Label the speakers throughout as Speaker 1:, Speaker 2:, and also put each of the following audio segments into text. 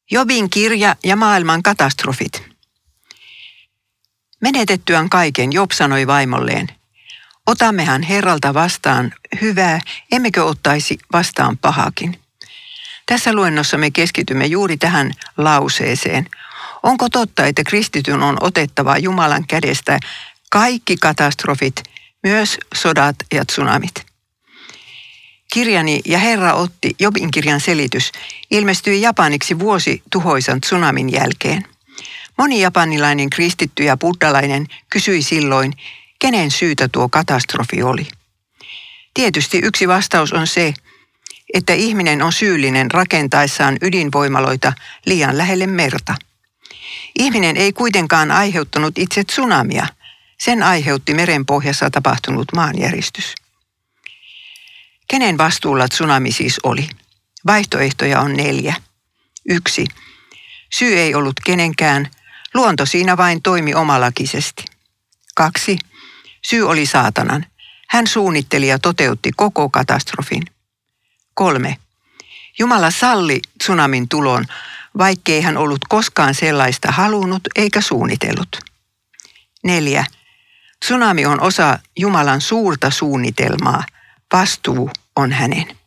Speaker 1: Jobin kirja ja maailman katastrofit. Menetettyään kaiken Job sanoi vaimolleen, otammehan Herralta vastaan hyvää, emmekö ottaisi vastaan pahakin. Tässä luennossa me keskitymme juuri tähän lauseeseen. Onko totta, että kristityn on otettava Jumalan kädestä kaikki katastrofit, myös sodat ja tsunamit? Kirjani Ja Herra otti Jobin kirjan selitys ilmestyi japaniksi vuosi tuhoisan tsunamin jälkeen. Moni japanilainen kristitty ja buddhalainen kysyi silloin, kenen syytä tuo katastrofi oli. Tietysti yksi vastaus on se, että ihminen on syyllinen rakentaessaan ydinvoimaloita liian lähelle merta. Ihminen ei kuitenkaan aiheuttanut itse tsunamia. Sen aiheutti merenpohjassa tapahtunut maanjäristys. Kenen vastuulla tsunami siis oli? Vaihtoehtoja on 4. 1. Syy ei ollut kenenkään. Luonto siinä vain toimi omalakisesti. 2. Syy oli saatanan. Hän suunnitteli ja toteutti koko katastrofin. 3. Jumala salli tsunamin tulon, vaikkei hän ollut koskaan sellaista halunnut eikä suunnitellut. 4. Tsunami on osa Jumalan suurta suunnitelmaa. Vastuu on hänen.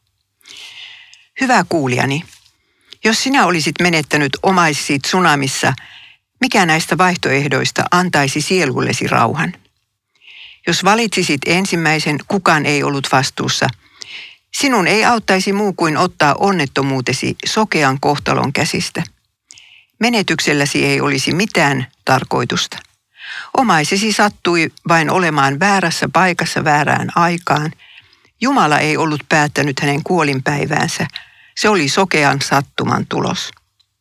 Speaker 1: Hyvä kuulijani, jos sinä olisit menettänyt omaisi tsunamissa, mikä näistä vaihtoehdoista antaisi sielullesi rauhan? Jos valitsisit ensimmäisen, kukaan ei ollut vastuussa. Sinun ei auttaisi muu kuin ottaa onnettomuutesi sokean kohtalon käsistä. Menetykselläsi ei olisi mitään tarkoitusta. Omaisesi sattui vain olemaan väärässä paikassa väärään aikaan. Jumala ei ollut päättänyt hänen kuolinpäiväänsä. Se oli sokean sattuman tulos.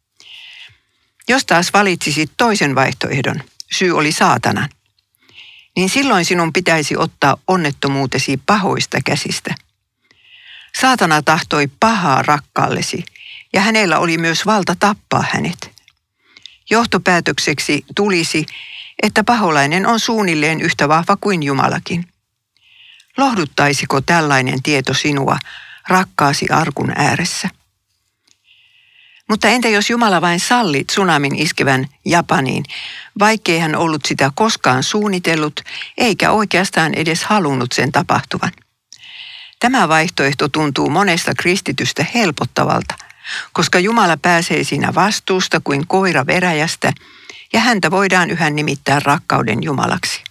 Speaker 1: Jos taas valitsisit toisen vaihtoehdon, syy oli saatanan, niin silloin sinun pitäisi ottaa onnettomuutesi pahoista käsistä. Saatana tahtoi pahaa rakkaallesi, ja hänellä oli myös valta tappaa hänet. Johtopäätökseksi tulisi, että paholainen on suunnilleen yhtä vahva kuin Jumalakin. Lohduttaisiko tällainen tieto sinua rakkaasi arkun ääressä? Mutta entä jos Jumala vain salli tsunamin iskevän Japaniin, vaikkei hän ollut sitä koskaan suunnitellut, eikä oikeastaan edes halunnut sen tapahtuvan? Tämä vaihtoehto tuntuu monesta kristitystä helpottavalta, koska Jumala pääsee siinä vastuusta kuin koira veräjästä, ja häntä voidaan yhä nimittää rakkauden Jumalaksi.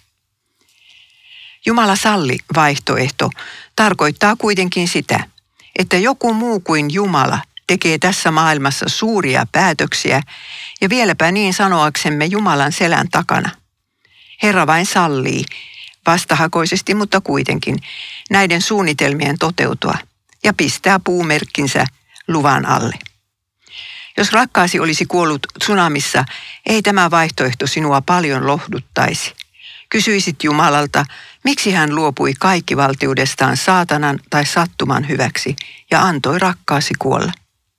Speaker 1: Jumala salli vaihtoehto tarkoittaa kuitenkin sitä, että joku muu kuin Jumala tekee tässä maailmassa suuria päätöksiä ja vieläpä niin sanoaksemme Jumalan selän takana. Herra vain sallii, vastahakoisesti mutta kuitenkin, näiden suunnitelmien toteutua ja pistää puumerkkinsä luvan alle. Jos rakkaasi olisi kuollut tsunamissa, ei tämä vaihtoehto sinua paljon lohduttaisi. Kysyisit Jumalalta, miksi hän luopui kaikkivaltiudestaan saatanan tai sattuman hyväksi ja antoi rakkaasi kuolla.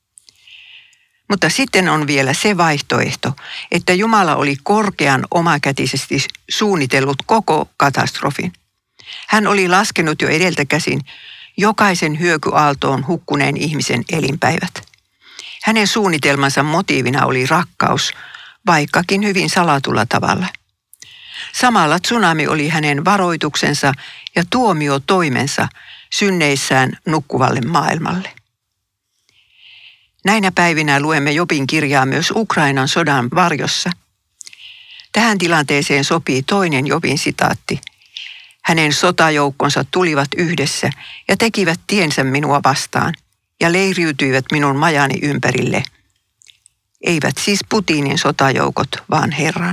Speaker 1: Mutta sitten on vielä se vaihtoehto, että Jumala oli korkean omakätisesti suunnitellut koko katastrofin. Hän oli laskenut jo edeltä käsin jokaisen hyökyaaltoon hukkuneen ihmisen elinpäivät. Hänen suunnitelmansa motiivina oli rakkaus, vaikkakin hyvin salatulla tavalla. Samalla tsunami oli hänen varoituksensa ja tuomiotoimensa synneissään nukkuvalle maailmalle. Näinä päivinä luemme Jobin kirjaa myös Ukrainan sodan varjossa. Tähän tilanteeseen sopii toinen Jobin sitaatti. Hänen sotajoukkonsa tulivat yhdessä ja tekivät tiensä minua vastaan ja leiriytyivät minun majani ympärille. Eivät siis Putinin sotajoukot, vaan Herran.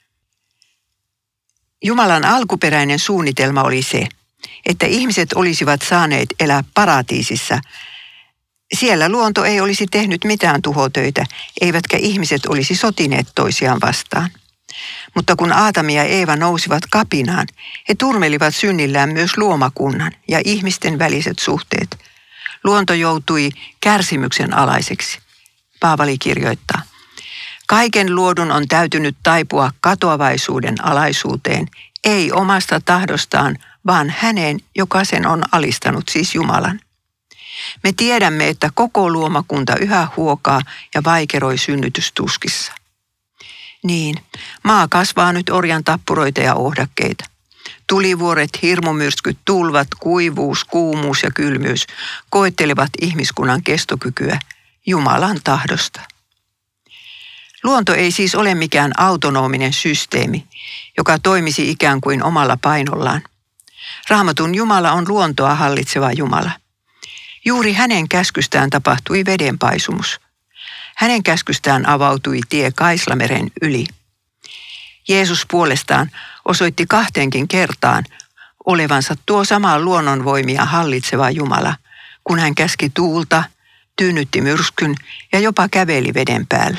Speaker 1: Jumalan alkuperäinen suunnitelma oli se, että ihmiset olisivat saaneet elää paratiisissa. Siellä luonto ei olisi tehnyt mitään tuhotöitä, eivätkä ihmiset olisi sotineet toisiaan vastaan. Mutta kun Aatami ja Eeva nousivat kapinaan, he turmelivat synnillään myös luomakunnan ja ihmisten väliset suhteet. Luonto joutui kärsimyksen alaiseksi. Paavali kirjoittaa, kaiken luodun on täytynyt taipua katoavaisuuden alaisuuteen, ei omasta tahdostaan, vaan hänen, joka sen on alistanut, siis Jumalan. Me tiedämme, että koko luomakunta yhä huokaa ja vaikeroi synnytystuskissa. Niin, maa kasvaa nyt orjan tappuroita ja ohdakkeita. Tulivuoret, hirmumyrskyt, tulvat, kuivuus, kuumuus ja kylmyys koettelevat ihmiskunnan kestokykyä Jumalan tahdosta. Luonto ei siis ole mikään autonominen systeemi, joka toimisi ikään kuin omalla painollaan. Raamatun Jumala on luontoa hallitseva Jumala. Juuri hänen käskystään tapahtui vedenpaisumus. Hänen käskystään avautui tie Kaislameren yli. Jeesus puolestaan osoitti 2 kertaan olevansa tuo sama luonnonvoimia hallitseva Jumala, kun hän käski tuulta, tyynnytti myrskyn ja jopa käveli veden päällä.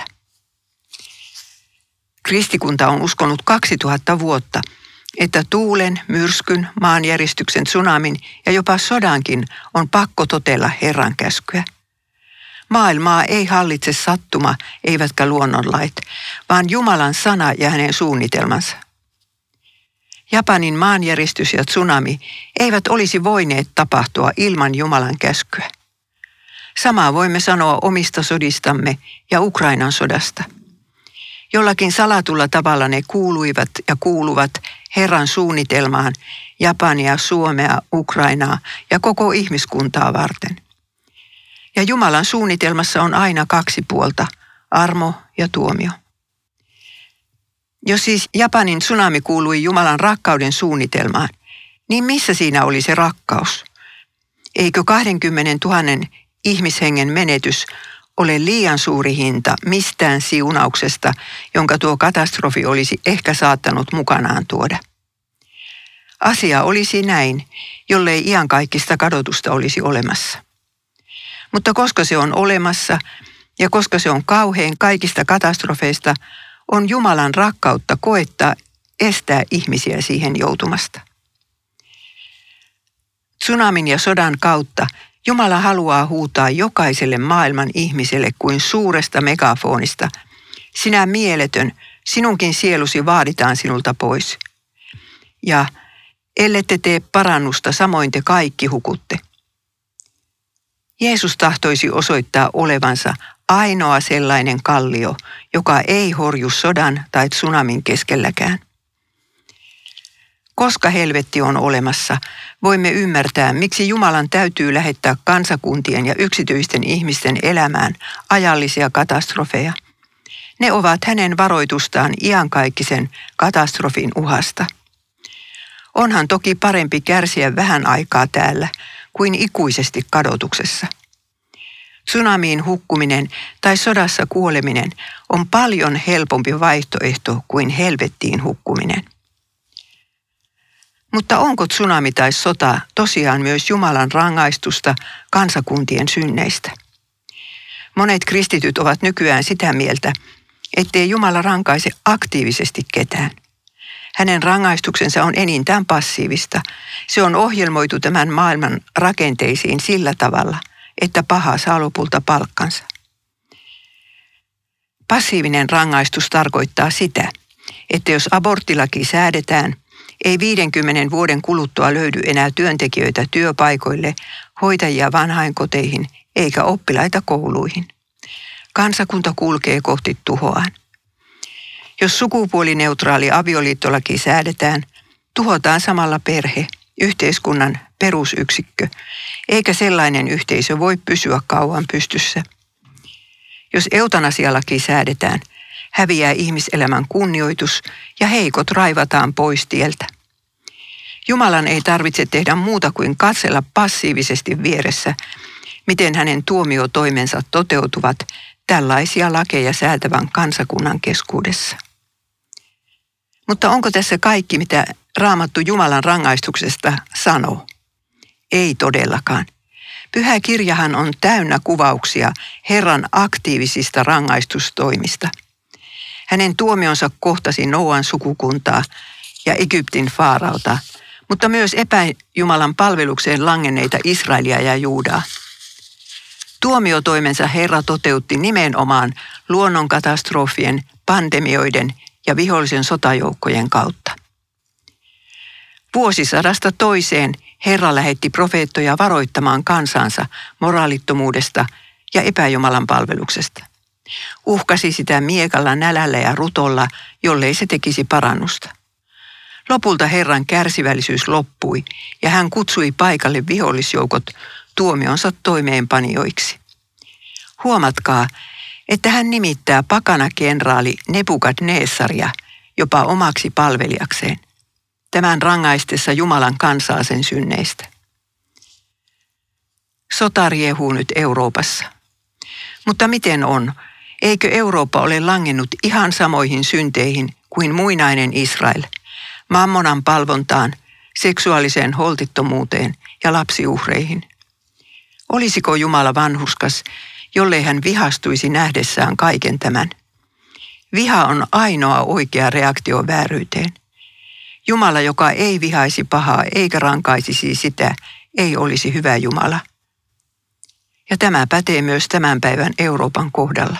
Speaker 1: Kristikunta on uskonut 2000 vuotta, että tuulen, myrskyn, maanjäristyksen, tsunamin ja jopa sodankin on pakko totella Herran käskyä. Maailmaa ei hallitse sattuma eivätkä luonnonlait, vaan Jumalan sana ja hänen suunnitelmansa. Japanin maanjäristys ja tsunami eivät olisi voineet tapahtua ilman Jumalan käskyä. Samaa voimme sanoa omista sodistamme ja Ukrainan sodasta. Jollakin salatulla tavalla ne kuuluivat ja kuuluvat Herran suunnitelmaan Japania, Suomea, Ukrainaa ja koko ihmiskuntaa varten. Ja Jumalan suunnitelmassa on aina 2 puolta, armo ja tuomio. Jos siis Japanin tsunami kuului Jumalan rakkauden suunnitelmaan, niin missä siinä oli se rakkaus? Eikö 20 000 ihmishengen menetys ole liian suuri hinta mistään siunauksesta, jonka tuo katastrofi olisi ehkä saattanut mukanaan tuoda? Asia olisi näin, jollei iankaikkista kadotusta olisi olemassa. Mutta koska se on olemassa ja koska se on kauhein kaikista katastrofeista, on Jumalan rakkautta koettaa estää ihmisiä siihen joutumasta. Tsunamin ja sodan kautta Jumala haluaa huutaa jokaiselle maailman ihmiselle kuin suuresta megafonista: sinä mieletön, sinunkin sielusi vaaditaan sinulta pois. Ja ellette tee parannusta, samoin te kaikki hukutte. Jeesus tahtoisi osoittaa olevansa ainoa sellainen kallio, joka ei horju sodan tai tsunamin keskelläkään. Koska helvetti on olemassa, voimme ymmärtää, miksi Jumalan täytyy lähettää kansakuntien ja yksityisten ihmisten elämään ajallisia katastrofeja. Ne ovat hänen varoitustaan iankaikkisen katastrofin uhasta. Onhan toki parempi kärsiä vähän aikaa täällä kuin ikuisesti kadotuksessa. Tsunamiin hukkuminen tai sodassa kuoleminen on paljon helpompi vaihtoehto kuin helvettiin hukkuminen. Mutta onko tsunami tai sota tosiaan myös Jumalan rangaistusta kansakuntien synneistä? Monet kristityt ovat nykyään sitä mieltä, ettei Jumala rankaise aktiivisesti ketään. Hänen rangaistuksensa on enintään passiivista. Se on ohjelmoitu tämän maailman rakenteisiin sillä tavalla, että paha saa lopulta palkkansa. Passiivinen rangaistus tarkoittaa sitä, että jos aborttilaki säädetään, ei 50 vuoden kuluttua löydy enää työntekijöitä työpaikoille, hoitajia vanhainkoteihin eikä oppilaita kouluihin. Kansakunta kulkee kohti tuhoaan. Jos sukupuolineutraali avioliittolaki säädetään, tuhotaan samalla perhe, yhteiskunnan perusyksikkö, eikä sellainen yhteisö voi pysyä kauan pystyssä. Jos eutanasialaki säädetään, häviää ihmiselämän kunnioitus ja heikot raivataan pois tieltä. Jumalan ei tarvitse tehdä muuta kuin katsella passiivisesti vieressä, miten hänen tuomiotoimensa toteutuvat tällaisia lakeja säätävän kansakunnan keskuudessa. Mutta onko tässä kaikki, mitä Raamattu Jumalan rangaistuksesta sanoo? Ei todellakaan. Pyhä kirjahan on täynnä kuvauksia Herran aktiivisista rangaistustoimista. Hänen tuomionsa kohtasi Nooan sukukuntaa ja Egyptin faaraota, mutta myös epäjumalan palvelukseen langenneita Israelia ja Juudaa. Tuomiotoimensa Herra toteutti nimenomaan luonnonkatastrofien, pandemioiden ja vihollisen sotajoukkojen kautta. Vuosisadasta toiseen Herra lähetti profeettoja varoittamaan kansansa moraalittomuudesta ja epäjumalan palveluksesta. Uhkasi sitä miekalla, nälällä ja rutolla, jollei se tekisi parannusta. Lopulta Herran kärsivällisyys loppui ja hän kutsui paikalle vihollisjoukot tuomionsa toimeenpanijoiksi. Huomatkaa, että hän nimittää pakanakenraali Nebukadnesaria jopa omaksi palvelijakseen, tämän rangaistessa Jumalan kansaa sen synneistä. Sota riehuu nyt Euroopassa. Mutta miten on? Eikö Eurooppa ole langennut ihan samoihin synteihin kuin muinainen Israel, mammonan palvontaan, seksuaaliseen holtittomuuteen ja lapsiuhreihin? Olisiko Jumala vanhurskas, jollei hän vihastuisi nähdessään kaiken tämän? Viha on ainoa oikea reaktio vääryyteen. Jumala, joka ei vihaisi pahaa eikä rankaisisi sitä, ei olisi hyvä Jumala. Ja tämä pätee myös tämän päivän Euroopan kohdalla.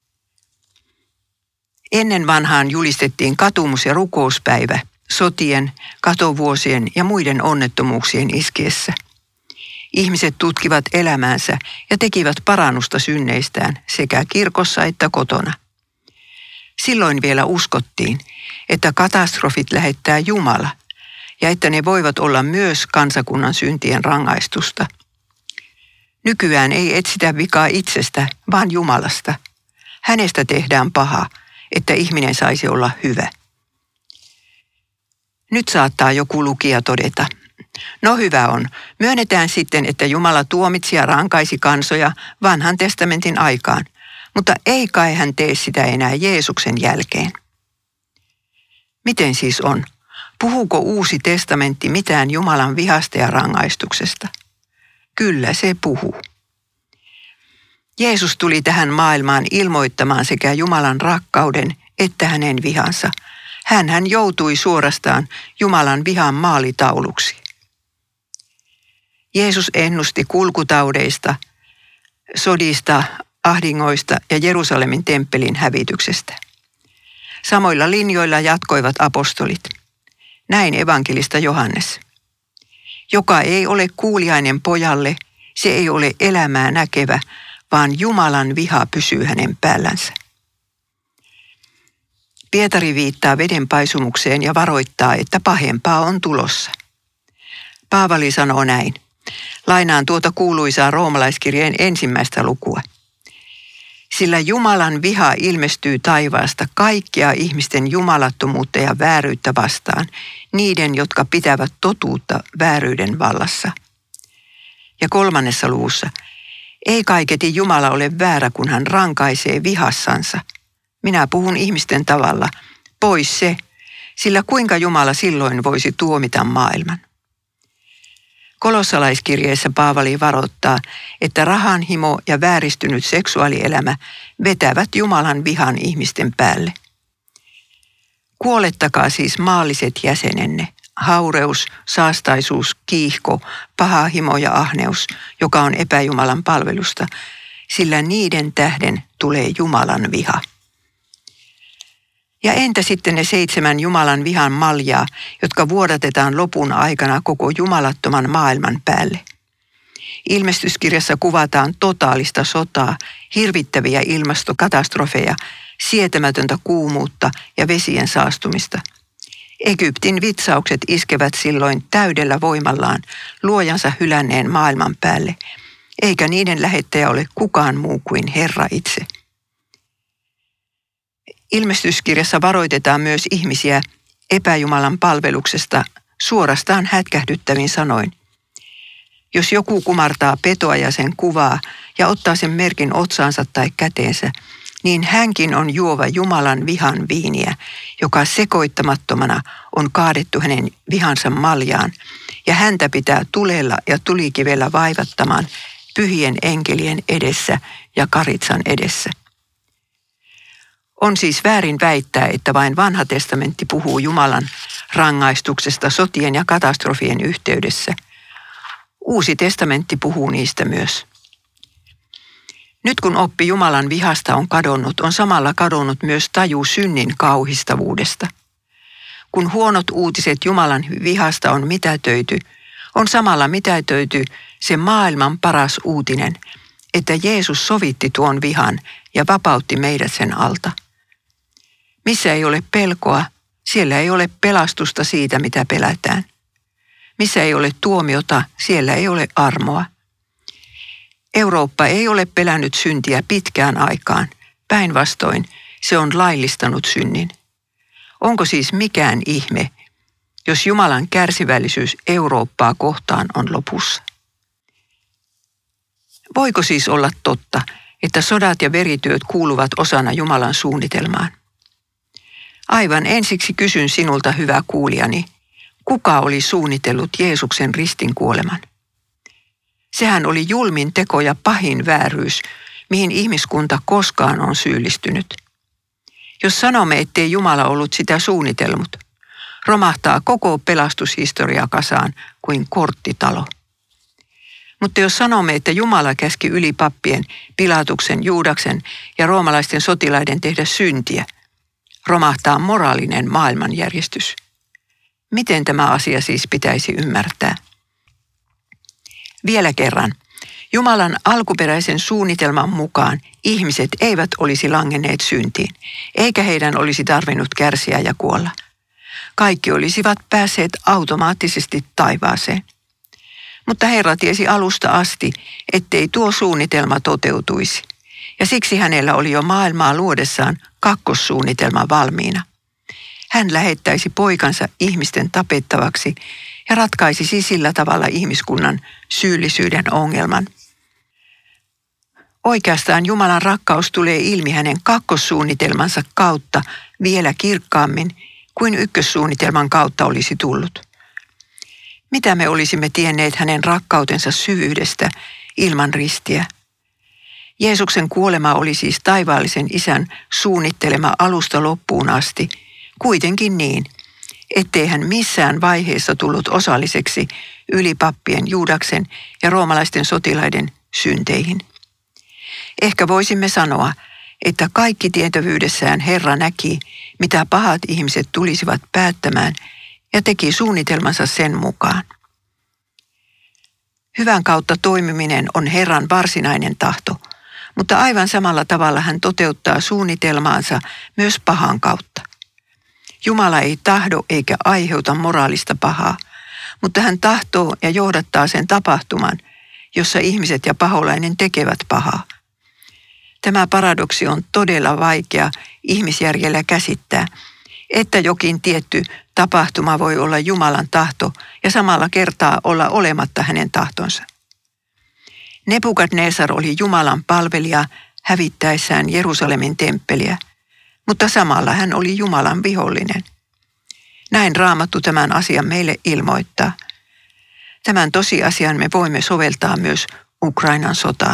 Speaker 1: Ennen vanhaan julistettiin katumus- ja rukouspäivä sotien, katovuosien ja muiden onnettomuuksien iskiessä. Ihmiset tutkivat elämäänsä ja tekivät parannusta synneistään sekä kirkossa että kotona. Silloin vielä uskottiin, että katastrofit lähettää Jumala ja että ne voivat olla myös kansakunnan syntien rangaistusta. Nykyään ei etsitä vikaa itsestä, vaan Jumalasta. Hänestä tehdään paha, että ihminen saisi olla hyvä. Nyt saattaa joku lukija todeta, no hyvä on, myönnetään sitten, että Jumala tuomitsi ja rankaisi kansoja vanhan testamentin aikaan, mutta ei kai hän tee sitä enää Jeesuksen jälkeen. Miten siis on? Puhuuko Uusi testamentti mitään Jumalan vihasta ja rangaistuksesta? Kyllä se puhuu. Jeesus tuli tähän maailmaan ilmoittamaan sekä Jumalan rakkauden että hänen vihansa. Hän joutui suorastaan Jumalan vihan maalitauluksi. Jeesus ennusti kulkutaudeista, sodista, ahdingoista ja Jerusalemin temppelin hävityksestä. Samoilla linjoilla jatkoivat apostolit. Näin evankelista Johannes. Joka ei ole kuuliainen pojalle, se ei ole elämää näkevä, vaan Jumalan viha pysyy hänen päällänsä. Pietari viittaa vedenpaisumukseen ja varoittaa, että pahempaa on tulossa. Paavali sanoo näin. Lainaan tuota kuuluisaa roomalaiskirjeen 1. lukua. Sillä Jumalan viha ilmestyy taivaasta kaikkia ihmisten jumalattomuutta ja vääryyttä vastaan, niiden, jotka pitävät totuutta vääryyden vallassa. Ja 3. luvussa. Ei kaiketi Jumala ole väärä, kun hän rankaisee vihassansa. Minä puhun ihmisten tavalla. Pois se, sillä kuinka Jumala silloin voisi tuomita maailman? Kolossalaiskirjeessä Paavali varoittaa, että rahanhimo ja vääristynyt seksuaalielämä vetävät Jumalan vihan ihmisten päälle. Kuolettakaa siis maalliset jäsenenne, haureus, saastaisuus, kiihko, paha himo ja ahneus, joka on epäjumalan palvelusta, sillä niiden tähden tulee Jumalan viha. Ja entä sitten ne 7 Jumalan vihan maljaa, jotka vuodatetaan lopun aikana koko jumalattoman maailman päälle? Ilmestyskirjassa kuvataan totaalista sotaa, hirvittäviä ilmastokatastrofeja, sietämätöntä kuumuutta ja vesien saastumista. Egyptin vitsaukset iskevät silloin täydellä voimallaan luojansa hylänneen maailman päälle, eikä niiden lähettäjä ole kukaan muu kuin Herra itse. Ilmestyskirjassa varoitetaan myös ihmisiä epäjumalan palveluksesta suorastaan hätkähdyttävin sanoin. Jos joku kumartaa petoa ja sen kuvaa ja ottaa sen merkin otsaansa tai käteensä, niin hänkin on juova Jumalan vihan viiniä, joka sekoittamattomana on kaadettu hänen vihansa maljaan, ja häntä pitää tulella ja tulikivellä vaivattamaan pyhien enkelien edessä ja karitsan edessä. On siis väärin väittää, että vain vanha testamentti puhuu Jumalan rangaistuksesta sotien ja katastrofien yhteydessä. Uusi testamentti puhuu niistä myös. Nyt kun oppi Jumalan vihasta on kadonnut, on samalla kadonnut myös taju synnin kauhistavuudesta. Kun huonot uutiset Jumalan vihasta on mitätöity, on samalla mitätöity se maailman paras uutinen, että Jeesus sovitti tuon vihan ja vapautti meidät sen alta. Missä ei ole pelkoa, siellä ei ole pelastusta siitä, mitä pelätään. Missä ei ole tuomiota, siellä ei ole armoa. Eurooppa ei ole pelännyt syntiä pitkään aikaan. Päinvastoin se on laillistanut synnin. Onko siis mikään ihme, jos Jumalan kärsivällisyys Eurooppaa kohtaan on lopussa? Voiko siis olla totta, että sodat ja verityöt kuuluvat osana Jumalan suunnitelmaan? Aivan ensiksi kysyn sinulta, hyvä kuulijani, kuka oli suunnitellut Jeesuksen ristin kuoleman? Sehän oli julmin teko ja pahin vääryys, mihin ihmiskunta koskaan on syyllistynyt. Jos sanomme, ettei Jumala ollut sitä suunnitellut, romahtaa koko pelastushistoria kasaan kuin korttitalo. Mutta jos sanomme, että Jumala käski ylipappien, Pilatuksen, Juudaksen ja roomalaisten sotilaiden tehdä syntiä, romahtaa moraalinen maailmanjärjestys. Miten tämä asia siis pitäisi ymmärtää? Vielä kerran. Jumalan alkuperäisen suunnitelman mukaan ihmiset eivät olisi langenneet syntiin, eikä heidän olisi tarvinnut kärsiä ja kuolla. Kaikki olisivat päässeet automaattisesti taivaaseen. Mutta Herra tiesi alusta asti, ettei tuo suunnitelma toteutuisi, ja siksi hänellä oli jo maailmaa luodessaan kakkossuunnitelma valmiina. Hän lähettäisi poikansa ihmisten tapettavaksi ja ratkaisisi sillä tavalla ihmiskunnan syyllisyyden ongelman. Oikeastaan Jumalan rakkaus tulee ilmi hänen kakkossuunnitelmansa kautta vielä kirkkaammin kuin ykkössuunnitelman kautta olisi tullut. Mitä me olisimme tienneet hänen rakkautensa syvyydestä ilman ristiä? Jeesuksen kuolema oli siis taivaallisen Isän suunnittelema alusta loppuun asti, kuitenkin niin, ettei hän missään vaiheessa tullut osalliseksi ylipappien, Juudaksen ja roomalaisten sotilaiden synteihin. Ehkä voisimme sanoa, että kaikki tietävyydessään Herra näki, mitä pahat ihmiset tulisivat päättämään ja teki suunnitelmansa sen mukaan. Hyvän kautta toimiminen on Herran varsinainen tahto, mutta aivan samalla tavalla hän toteuttaa suunnitelmaansa myös pahan kautta. Jumala ei tahdo eikä aiheuta moraalista pahaa, mutta hän tahtoo ja johdattaa sen tapahtuman, jossa ihmiset ja paholainen tekevät pahaa. Tämä paradoksi on todella vaikea ihmisjärjellä käsittää, että jokin tietty tapahtuma voi olla Jumalan tahto ja samalla kertaa olla olematta hänen tahtonsa. Nebukadnezar oli Jumalan palvelija hävittäessään Jerusalemin temppeliä, mutta samalla hän oli Jumalan vihollinen. Näin Raamattu tämän asian meille ilmoittaa. Tämän tosiasian me voimme soveltaa myös Ukrainan sotaan.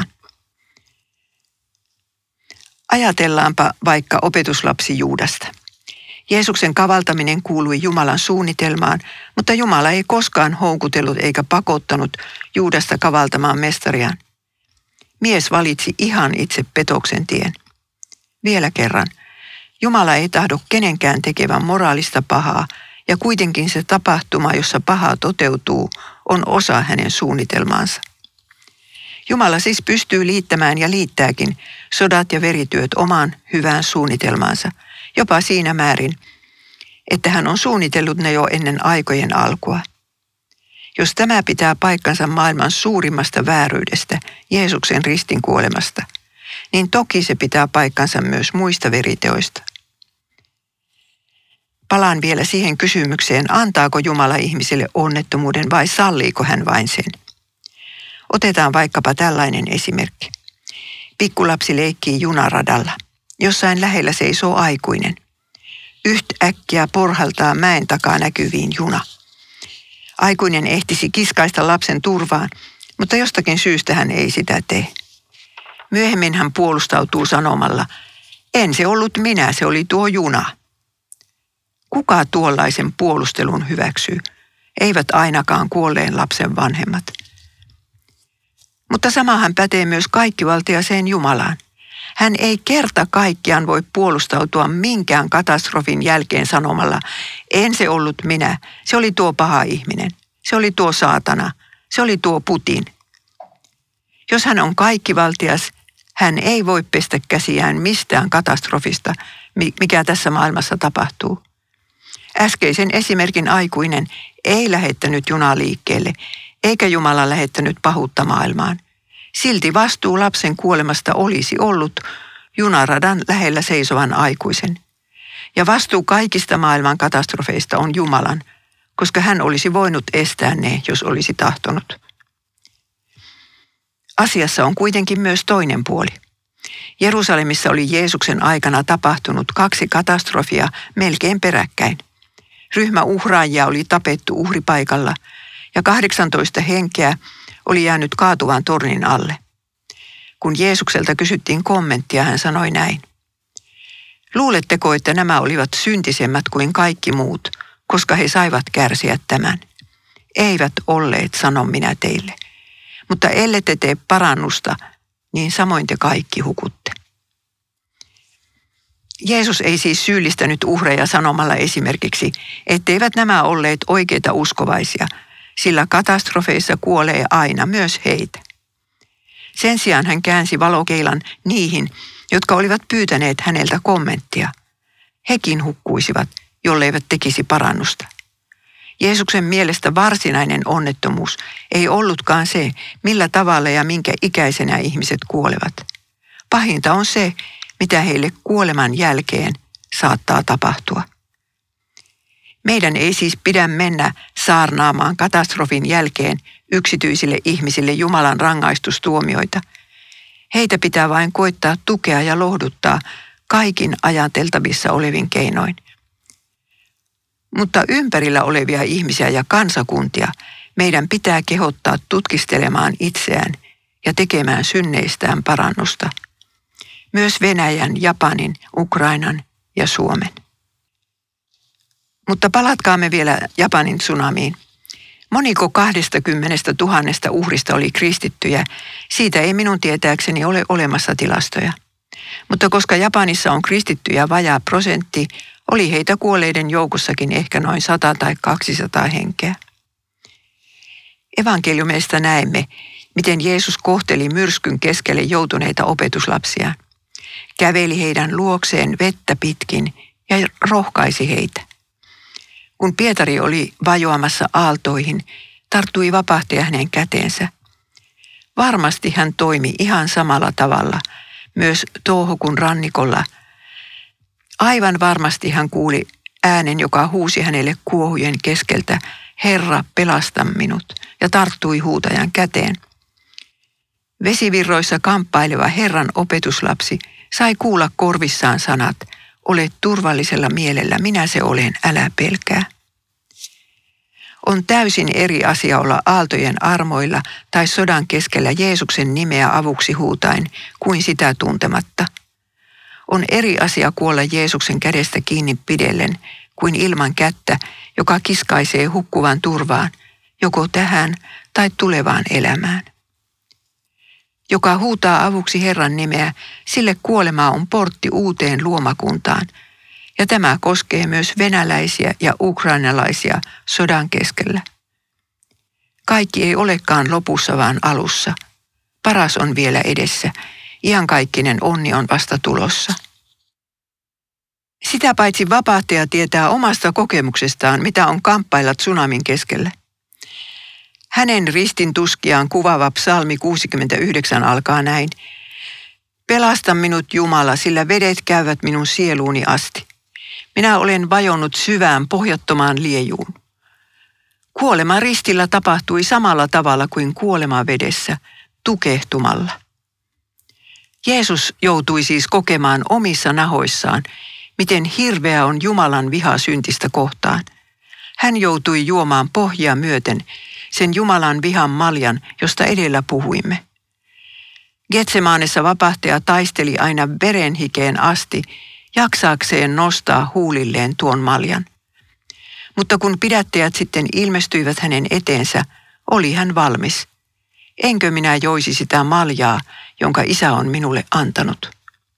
Speaker 1: Ajatellaanpa vaikka opetuslapsi Juudasta. Jeesuksen kavaltaminen kuului Jumalan suunnitelmaan, mutta Jumala ei koskaan houkutellut eikä pakottanut Juudasta kavaltamaan mestariaan. Mies valitsi ihan itse petoksen tien. Vielä kerran, Jumala ei tahdo kenenkään tekevän moraalista pahaa, ja kuitenkin se tapahtuma, jossa paha toteutuu, on osa hänen suunnitelmaansa. Jumala siis pystyy liittämään ja liittääkin sodat ja verityöt omaan hyvään suunnitelmaansa, jopa siinä määrin, että hän on suunnitellut ne jo ennen aikojen alkua. Jos tämä pitää paikkansa maailman suurimmasta vääryydestä, Jeesuksen ristin kuolemasta, niin toki se pitää paikkansa myös muista veriteoista. Palaan vielä siihen kysymykseen, antaako Jumala ihmiselle onnettomuuden vai salliiko hän vain sen? Otetaan vaikkapa tällainen esimerkki. Pikkulapsi leikkii junaradalla. Jossain lähellä seisoo aikuinen. Yhtäkkiä porhaltaa mäen takaa näkyviin juna. Aikuinen ehtisi kiskaista lapsen turvaan, mutta jostakin syystä hän ei sitä tee. Myöhemmin hän puolustautuu sanomalla, en se ollut minä, se oli tuo juna. Kuka tuollaisen puolustelun hyväksyy? Eivät ainakaan kuolleen lapsen vanhemmat. Mutta samahan pätee myös kaikkivaltiaseen Jumalaan. Hän ei kerta kaikkiaan voi puolustautua minkään katastrofin jälkeen sanomalla, en se ollut minä, se oli tuo paha ihminen, se oli tuo saatana, se oli tuo Putin. Jos hän on kaikkivaltias, hän ei voi pestä käsiään mistään katastrofista, mikä tässä maailmassa tapahtuu. Äskeisen esimerkin aikuinen ei lähettänyt junaa liikkeelle, eikä Jumala lähettänyt pahuutta maailmaan. Silti vastuu lapsen kuolemasta olisi ollut junaradan lähellä seisovan aikuisen. Ja vastuu kaikista maailman katastrofeista on Jumalan, koska hän olisi voinut estää ne, jos olisi tahtonut. Asiassa on kuitenkin myös toinen puoli. Jerusalemissa oli Jeesuksen aikana tapahtunut 2 katastrofia melkein peräkkäin. Ryhmä uhraajia oli tapettu uhripaikalla ja 18 henkeä oli jäänyt kaatuvan tornin alle. Kun Jeesukselta kysyttiin kommenttia, hän sanoi näin. Luuletteko, että nämä olivat syntisemmät kuin kaikki muut, koska he saivat kärsiä tämän? Eivät olleet, sanon minä teille. Mutta ellette tee parannusta, niin samoin te kaikki hukutte. Jeesus ei siis syyllistänyt uhreja sanomalla esimerkiksi, etteivät nämä olleet oikeita uskovaisia, sillä katastrofeissa kuolee aina myös heitä. Sen sijaan hän käänsi valokeilan niihin, jotka olivat pyytäneet häneltä kommenttia. Hekin hukkuisivat, jolleivät tekisi parannusta. Jeesuksen mielestä varsinainen onnettomuus ei ollutkaan se, millä tavalla ja minkä ikäisenä ihmiset kuolevat. Pahinta on se, mitä heille kuoleman jälkeen saattaa tapahtua. Meidän ei siis pidä mennä saarnaamaan katastrofin jälkeen yksityisille ihmisille Jumalan rangaistustuomioita. Heitä pitää vain koittaa tukea ja lohduttaa kaikin ajateltavissa olevin keinoin. Mutta ympärillä olevia ihmisiä ja kansakuntia meidän pitää kehottaa tutkistelemaan itseään ja tekemään synneistään parannusta. Myös Venäjän, Japanin, Ukrainan ja Suomen. Mutta palatkaamme vielä Japanin tsunamiin. Moniko 20 000 uhrista oli kristittyjä, siitä ei minun tietääkseni ole olemassa tilastoja. Mutta koska Japanissa on kristittyjä vajaa prosentti, oli heitä kuolleiden joukossakin ehkä noin 100 tai 200 henkeä. Evankeliumeista näemme, miten Jeesus kohteli myrskyn keskelle joutuneita opetuslapsia. Käveli heidän luokseen vettä pitkin ja rohkaisi heitä. Kun Pietari oli vajoamassa aaltoihin, tarttui vapahtaja hänen käteensä. Varmasti hän toimi ihan samalla tavalla, myös Touhukun rannikolla. Aivan varmasti hän kuuli äänen, joka huusi hänelle kuohujen keskeltä, Herra, pelasta minut, ja tarttui huutajan käteen. Vesivirroissa kamppaileva Herran opetuslapsi sai kuulla korvissaan sanat, ole turvallisella mielellä, minä se olen, älä pelkää. On täysin eri asia olla aaltojen armoilla tai sodan keskellä Jeesuksen nimeä avuksi huutaen kuin sitä tuntematta. On eri asia kuolla Jeesuksen kädestä kiinni pidellen kuin ilman kättä, joka kiskaisee hukkuvan turvaan, joko tähän tai tulevaan elämään. Joka huutaa avuksi Herran nimeä, sille kuolema on portti uuteen luomakuntaan, ja tämä koskee myös venäläisiä ja ukrainalaisia sodan keskellä. Kaikki ei olekaan lopussa, vaan alussa. Paras on vielä edessä. Iankaikkinen onni on vasta tulossa. Sitä paitsi vapahtaja tietää omasta kokemuksestaan, mitä on kamppailla tsunamin keskellä. Hänen ristin tuskiaan kuvaava psalmi 69 alkaa näin. Pelasta minut Jumala, sillä vedet käyvät minun sieluuni asti. Minä olen vajonnut syvään pohjattomaan liejuun. Kuolema ristillä tapahtui samalla tavalla kuin kuolema vedessä, tukehtumalla. Jeesus joutui siis kokemaan omissa nahoissaan, miten hirveä on Jumalan viha syntistä kohtaan. Hän joutui juomaan pohjaa myöten sen Jumalan vihan maljan, josta edellä puhuimme. Getsemanessa vapahtaja taisteli aina verenhikeen asti, jaksaakseen nostaa huulilleen tuon maljan. Mutta kun pidättäjät sitten ilmestyivät hänen eteensä, oli hän valmis. Enkö minä joisi sitä maljaa, jonka Isä on minulle antanut?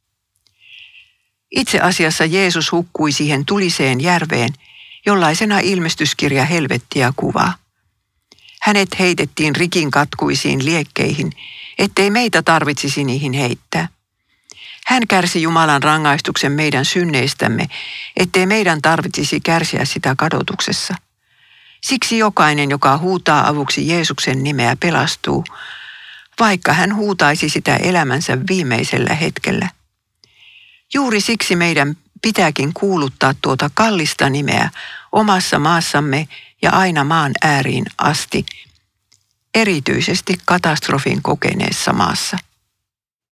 Speaker 1: Itse asiassa Jeesus hukkui siihen tuliseen järveen, jollaisena ilmestyskirja helvettiä kuvaa. Hänet heitettiin rikin katkuisiin liekkeihin, ettei meitä tarvitsisi niihin heittää. Hän kärsi Jumalan rangaistuksen meidän synneistämme, ettei meidän tarvitsisi kärsiä sitä kadotuksessa. Siksi jokainen, joka huutaa avuksi Jeesuksen nimeä, pelastuu, vaikka hän huutaisi sitä elämänsä viimeisellä hetkellä. Juuri siksi meidän pitääkin kuuluttaa tuota kallista nimeä omassa maassamme ja aina maan ääriin asti, erityisesti katastrofin kokeneessa maassa.